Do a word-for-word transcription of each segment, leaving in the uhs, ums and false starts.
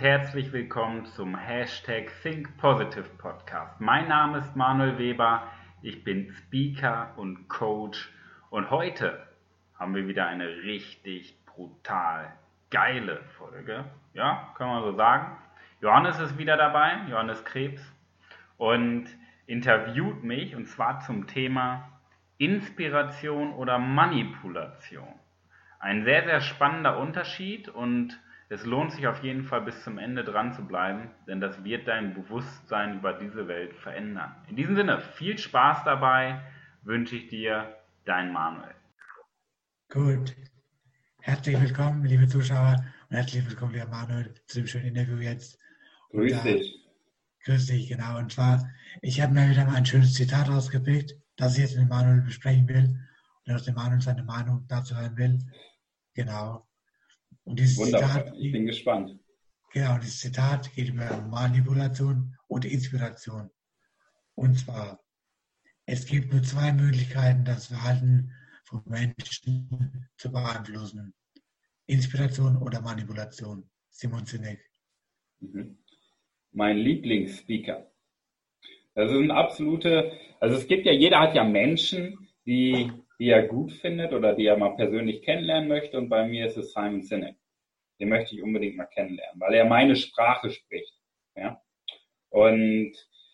herzlich willkommen zum Hashtag Think Positive Podcast. Mein Name ist Manuel Weber, ich bin Speaker und Coach und heute haben wir wieder eine richtig brutal geile Folge. Ja, kann man so sagen. Johannes ist wieder dabei, Johannes Krebs, und interviewt mich und zwar zum Thema Inspiration oder Manipulation. Ein sehr, sehr spannender Unterschied und es lohnt sich auf jeden Fall bis zum Ende dran zu bleiben, denn das wird dein Bewusstsein über diese Welt verändern. In diesem Sinne, viel Spaß dabei wünsche ich dir, dein Manuel. Gut, herzlich willkommen, liebe Zuschauer, und herzlich willkommen, lieber Manuel, zu dem schönen Interview jetzt. Grüß und, äh, dich. Grüß dich, genau. Und zwar, ich habe mir wieder mal ein schönes Zitat rausgepickt, das ich jetzt mit Manuel besprechen will und aus dem Manuel seine Meinung dazu hören will. Genau. Und dieses Wunderbar, Zitat, ich bin gespannt. Genau, dieses Zitat geht über Manipulation und Inspiration. Und zwar, es gibt nur zwei Möglichkeiten, das Verhalten von Menschen zu beeinflussen. Inspiration oder Manipulation. Simon Sinek. Mhm. Mein Lieblingsspeaker. Das ist ein absolute, also es gibt ja, jeder hat ja Menschen, die, die er gut findet oder die er mal persönlich kennenlernen möchte, und bei mir ist es Simon Sinek. Den möchte ich unbedingt mal kennenlernen, weil er meine Sprache spricht. Ja? Und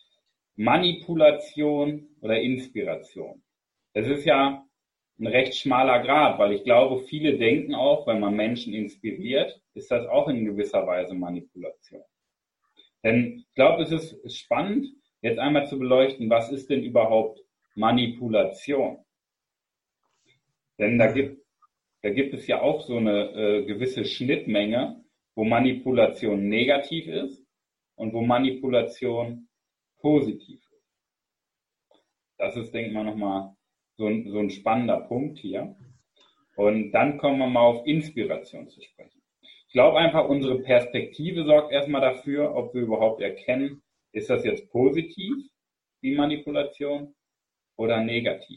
Manipulation oder Inspiration. Das ist ja ein recht schmaler Grat, weil ich glaube, viele denken auch, wenn man Menschen inspiriert, ist das auch in gewisser Weise Manipulation. Denn ich glaube, es ist spannend, jetzt einmal zu beleuchten, was ist denn überhaupt Manipulation? Denn da gibt Da gibt es ja auch so eine äh, gewisse Schnittmenge, wo Manipulation negativ ist und wo Manipulation positiv ist. Das ist, denke ich mal, nochmal so ein, so ein spannender Punkt hier. Und dann kommen wir mal auf Inspiration zu sprechen. Ich glaube einfach, unsere Perspektive sorgt erstmal dafür, ob wir überhaupt erkennen, ist das jetzt positiv, die Manipulation, oder negativ.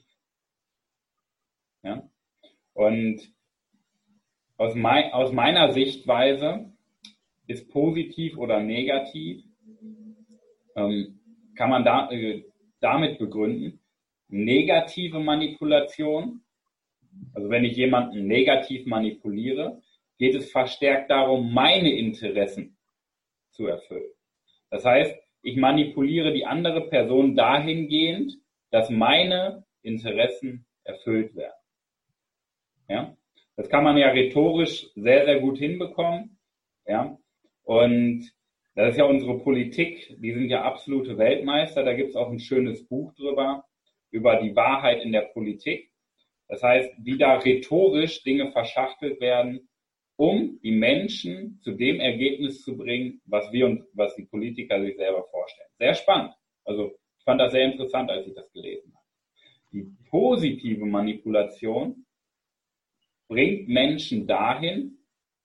Ja? Und aus, mein, aus meiner Sichtweise ist positiv oder negativ, ähm, kann man da, äh, damit begründen, negative Manipulation, also wenn ich jemanden negativ manipuliere, geht es verstärkt darum, meine Interessen zu erfüllen. Das heißt, ich manipuliere die andere Person dahingehend, dass meine Interessen erfüllt werden. Ja? Das kann man ja rhetorisch sehr, sehr gut hinbekommen. Ja? Und das ist ja unsere Politik, die sind ja absolute Weltmeister. Da gibt es auch ein schönes Buch drüber, über die Wahrheit in der Politik. Das heißt, wie da rhetorisch Dinge verschachtelt werden, um die Menschen zu dem Ergebnis zu bringen, was wir und was die Politiker sich selber vorstellen. Sehr spannend. Also ich fand das sehr interessant, als ich das gelesen habe. Die positive Manipulation bringt Menschen dahin,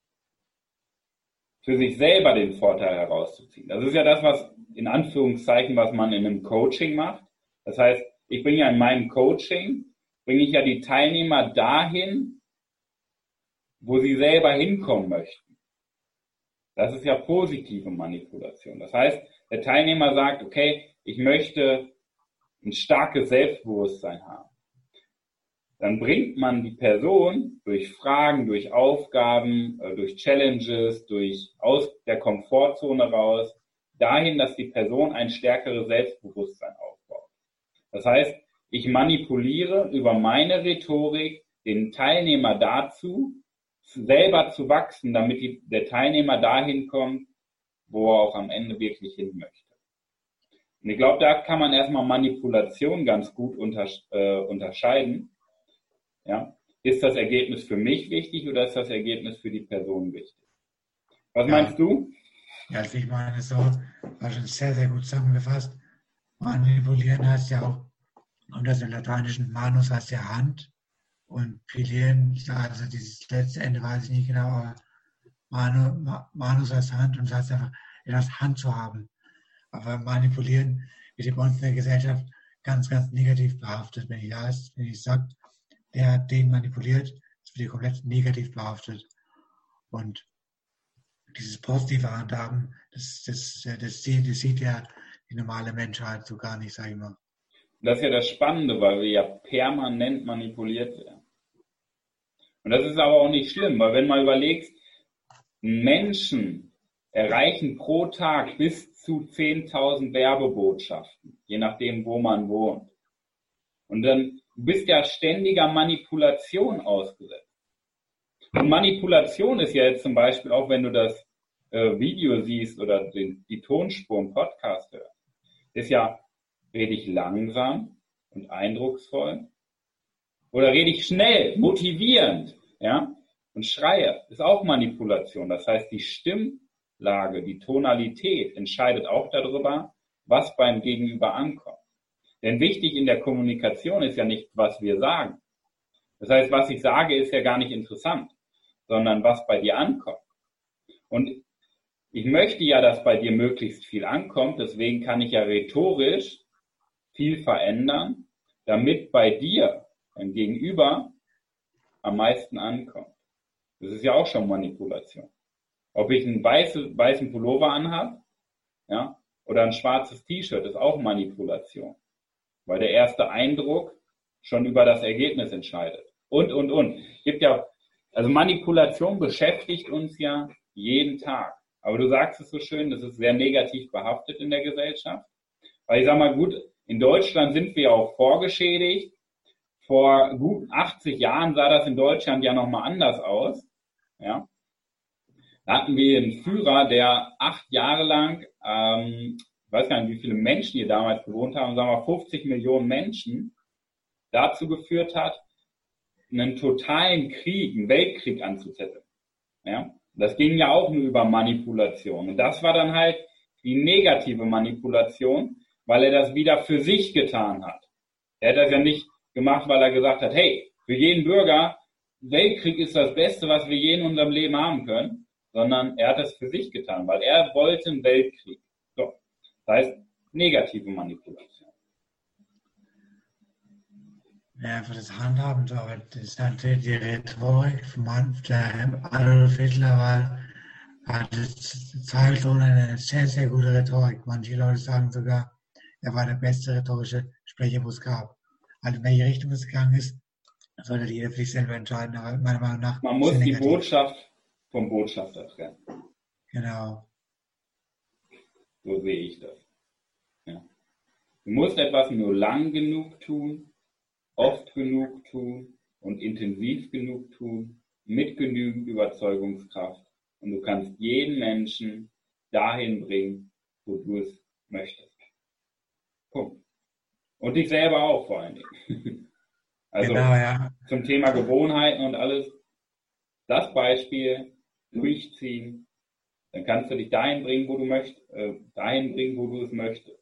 für sich selber den Vorteil herauszuziehen. Das ist ja das, was in Anführungszeichen, was man in einem Coaching macht. Das heißt, ich bringe ja in meinem Coaching, bringe ich ja die Teilnehmer dahin, wo sie selber hinkommen möchten. Das ist ja positive Manipulation. Das heißt, der Teilnehmer sagt, okay, ich möchte ein starkes Selbstbewusstsein haben. Dann bringt man die Person durch Fragen, durch Aufgaben, durch Challenges, durch aus der Komfortzone raus, dahin, dass die Person ein stärkeres Selbstbewusstsein aufbaut. Das heißt, ich manipuliere über meine Rhetorik den Teilnehmer dazu, selber zu wachsen, damit die, der Teilnehmer dahin kommt, wo er auch am Ende wirklich hin möchte. Und ich glaube, da kann man erstmal Manipulation ganz gut untersch- äh, unterscheiden. Ja, ist das Ergebnis für mich wichtig oder ist das Ergebnis für die Person wichtig? Was ja. meinst du? Ja, also ich meine, so war schon sehr, sehr gut zusammengefasst. Manipulieren heißt ja auch, und das im Lateinischen, manus heißt ja Hand und pilieren, also dieses letzte Ende weiß ich nicht genau, aber manu, manus heißt Hand und das heißt einfach, etwas Hand zu haben. Aber manipulieren wird bei uns in der Gesellschaft ganz, ganz negativ behaftet. Wenn ich da ist, wenn ich sage, der hat den manipuliert, das wird komplett negativ behaftet. Und dieses positive Handhaben, das, das, das, sieht, das sieht ja die normale Menschheit so gar nicht, sag ich mal. Das ist ja das Spannende, weil wir ja permanent manipuliert werden. Und das ist aber auch nicht schlimm, weil wenn man überlegst, Menschen erreichen pro Tag bis zu zehntausend Werbebotschaften, je nachdem, wo man wohnt. Und dann du bist ja ständiger Manipulation ausgesetzt. Und Manipulation ist ja jetzt zum Beispiel auch, wenn du das äh, Video siehst oder den, die Tonspur im Podcast hörst, ist ja, rede ich langsam und eindrucksvoll oder rede ich schnell, motivierend, ja, und schreie, ist auch Manipulation. Das heißt, die Stimmlage, die Tonalität entscheidet auch darüber, was beim Gegenüber ankommt. Denn wichtig in der Kommunikation ist ja nicht, was wir sagen. Das heißt, was ich sage, ist ja gar nicht interessant, sondern was bei dir ankommt. Und ich möchte ja, dass bei dir möglichst viel ankommt, deswegen kann ich ja rhetorisch viel verändern, damit bei dir, dein Gegenüber, am meisten ankommt. Das ist ja auch schon Manipulation. Ob ich einen weißen, weißen Pullover anhabe, ja, oder ein schwarzes T-Shirt, ist auch Manipulation. Weil der erste Eindruck schon über das Ergebnis entscheidet. Und, und, und. Es gibt ja, also Manipulation beschäftigt uns ja jeden Tag. Aber du sagst es so schön, das ist sehr negativ behaftet in der Gesellschaft. Weil ich sag mal, gut, in Deutschland sind wir auch vorgeschädigt. Vor gut achtzig Jahren sah das in Deutschland ja nochmal anders aus. Ja. Da hatten wir einen Führer, der acht Jahre lang, ähm, ich weiß gar nicht, wie viele Menschen hier damals gewohnt haben, sagen wir fünfzig Millionen Menschen, dazu geführt hat, einen totalen Krieg, einen Weltkrieg anzuzetteln. Ja? Das ging ja auch nur über Manipulation. Und das war dann halt die negative Manipulation, weil er das wieder für sich getan hat. Er hat das ja nicht gemacht, weil er gesagt hat, hey, für jeden Bürger, Weltkrieg ist das Beste, was wir je in unserem Leben haben können, sondern er hat das für sich getan, weil er wollte einen Weltkrieg. So. Das heißt, negative Manipulation. Ja, einfach das Handhaben, so, aber das ist natürlich die Rhetorik von der Adolf Hitler war, hatte zweifelsohne eine sehr, sehr gute Rhetorik. Manche Leute sagen sogar, er war der beste rhetorische Sprecher, wo es gab. Also in welche Richtung es gegangen ist, sollte jeder für sich selber entscheiden, aber meiner Meinung nach. Man muss die Botschaft vom Botschafter trennen. Genau. So sehe ich das. Ja. Du musst etwas nur lang genug tun, oft genug tun und intensiv genug tun, mit genügend Überzeugungskraft. Und du kannst jeden Menschen dahin bringen, wo du es möchtest. Punkt. Und dich selber auch vor allen Dingen. Also genau, ja. Zum Thema Gewohnheiten und alles, das Beispiel durchziehen, dann kannst du dich dahin bringen, wo du möchtest, äh, dahin bringen, wo du es möchtest.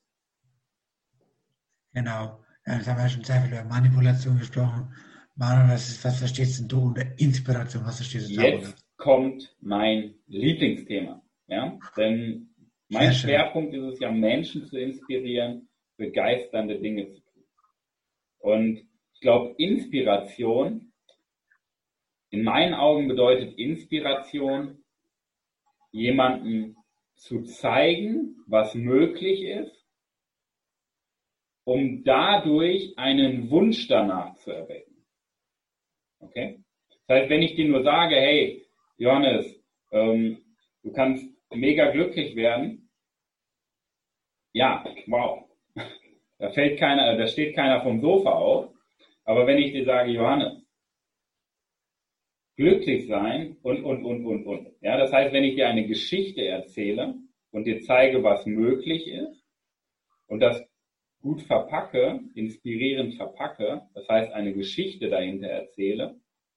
Genau. Ja, jetzt haben wir schon sehr viel über Manipulation gesprochen. Manuel, was, ist, was verstehst denn du unter Inspiration? Was verstehst du darunter? Jetzt kommt mein Lieblingsthema. Ja? Denn mein Schwerpunkt ist es ja, Menschen zu inspirieren, begeisternde Dinge zu tun. Und ich glaube, Inspiration, in meinen Augen bedeutet Inspiration, jemanden zu zeigen, was möglich ist, um dadurch einen Wunsch danach zu erwecken. Okay? Das heißt, wenn ich dir nur sage, hey, Johannes, ähm, du kannst mega glücklich werden, ja, wow, da fällt keiner, da steht keiner vom Sofa auf, aber wenn ich dir sage, Johannes, glücklich sein und, und, und, und, und, ja, das heißt, wenn ich dir eine Geschichte erzähle und dir zeige, was möglich ist und das gut verpacke, inspirierend verpacke, das heißt, eine Geschichte dahinter erzähle,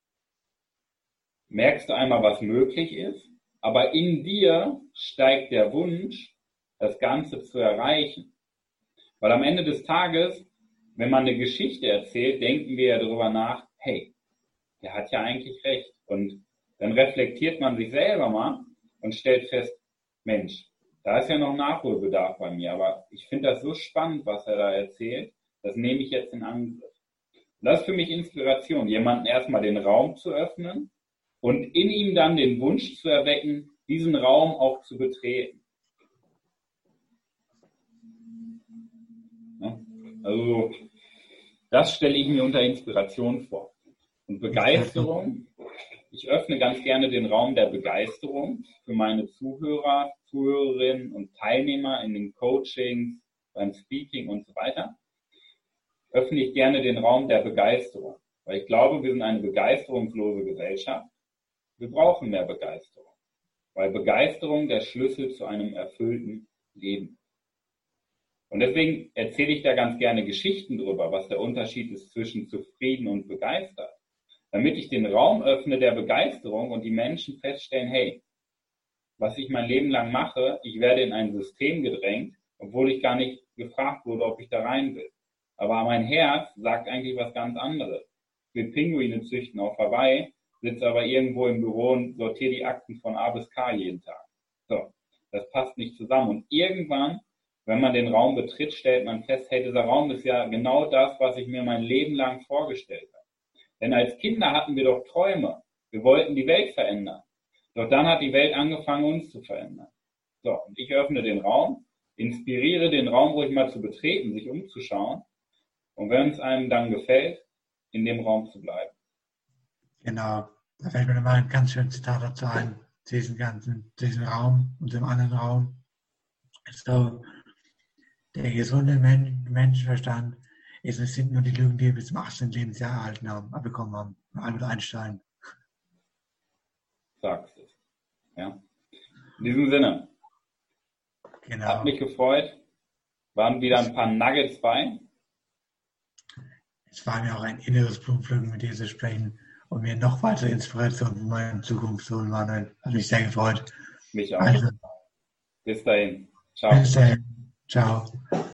merkst du einmal, was möglich ist, aber in dir steigt der Wunsch, das Ganze zu erreichen. Weil am Ende des Tages, wenn man eine Geschichte erzählt, denken wir ja darüber nach, hey, der hat ja eigentlich recht. Und dann reflektiert man sich selber mal und stellt fest, Mensch, da ist ja noch Nachholbedarf bei mir, aber ich finde das so spannend, was er da erzählt, das nehme ich jetzt in Angriff. Und das ist für mich Inspiration, jemanden erstmal den Raum zu öffnen und in ihm dann den Wunsch zu erwecken, diesen Raum auch zu betreten. Ja? Also das stelle ich mir unter Inspiration vor. Und Begeisterung, ich öffne ganz gerne den Raum der Begeisterung für meine Zuhörer, Zuhörerinnen und Teilnehmer in den Coachings, beim Speaking und so weiter. Öffne ich gerne den Raum der Begeisterung, weil ich glaube, wir sind eine begeisterungslose Gesellschaft. Wir brauchen mehr Begeisterung, weil Begeisterung der Schlüssel zu einem erfüllten Leben. Und deswegen erzähle ich da ganz gerne Geschichten drüber, was der Unterschied ist zwischen zufrieden und begeistert. Damit ich den Raum öffne der Begeisterung und die Menschen feststellen, hey, was ich mein Leben lang mache, ich werde in ein System gedrängt, obwohl ich gar nicht gefragt wurde, ob ich da rein will. Aber mein Herz sagt eigentlich was ganz anderes. Ich will Pinguine züchten auf Hawaii, sitze aber irgendwo im Büro und sortiere die Akten von A bis K jeden Tag. So, das passt nicht zusammen. Und irgendwann, wenn man den Raum betritt, stellt man fest, hey, dieser Raum ist ja genau das, was ich mir mein Leben lang vorgestellt habe. Denn als Kinder hatten wir doch Träume. Wir wollten die Welt verändern. Doch dann hat die Welt angefangen, uns zu verändern. So, und ich öffne den Raum, inspiriere den Raum ruhig mal zu betreten, sich umzuschauen. Und wenn es einem dann gefällt, in dem Raum zu bleiben. Genau, da fällt mir nochmal ein ganz schönes Zitat dazu ein, diesen ganzen, diesen Raum und dem anderen Raum. So, der gesunde Men- Menschenverstand ist, es sind nur die Lügen, die wir bis zum achtzehnten Lebensjahr erhalten haben, bekommen haben. Albert Einstein. Sagst es. Ja. In diesem Sinne. Genau. Hat mich gefreut. Waren wieder ein paar Nuggets bei. Es war mir auch ein inneres Blumenpflücken, mit dir zu sprechen und mir noch weitere Inspiration für meine Zukunft zu holen, Manuel. Hat mich sehr gefreut. Mich auch. Also, bis dahin. Ciao. bis dahin. Ciao.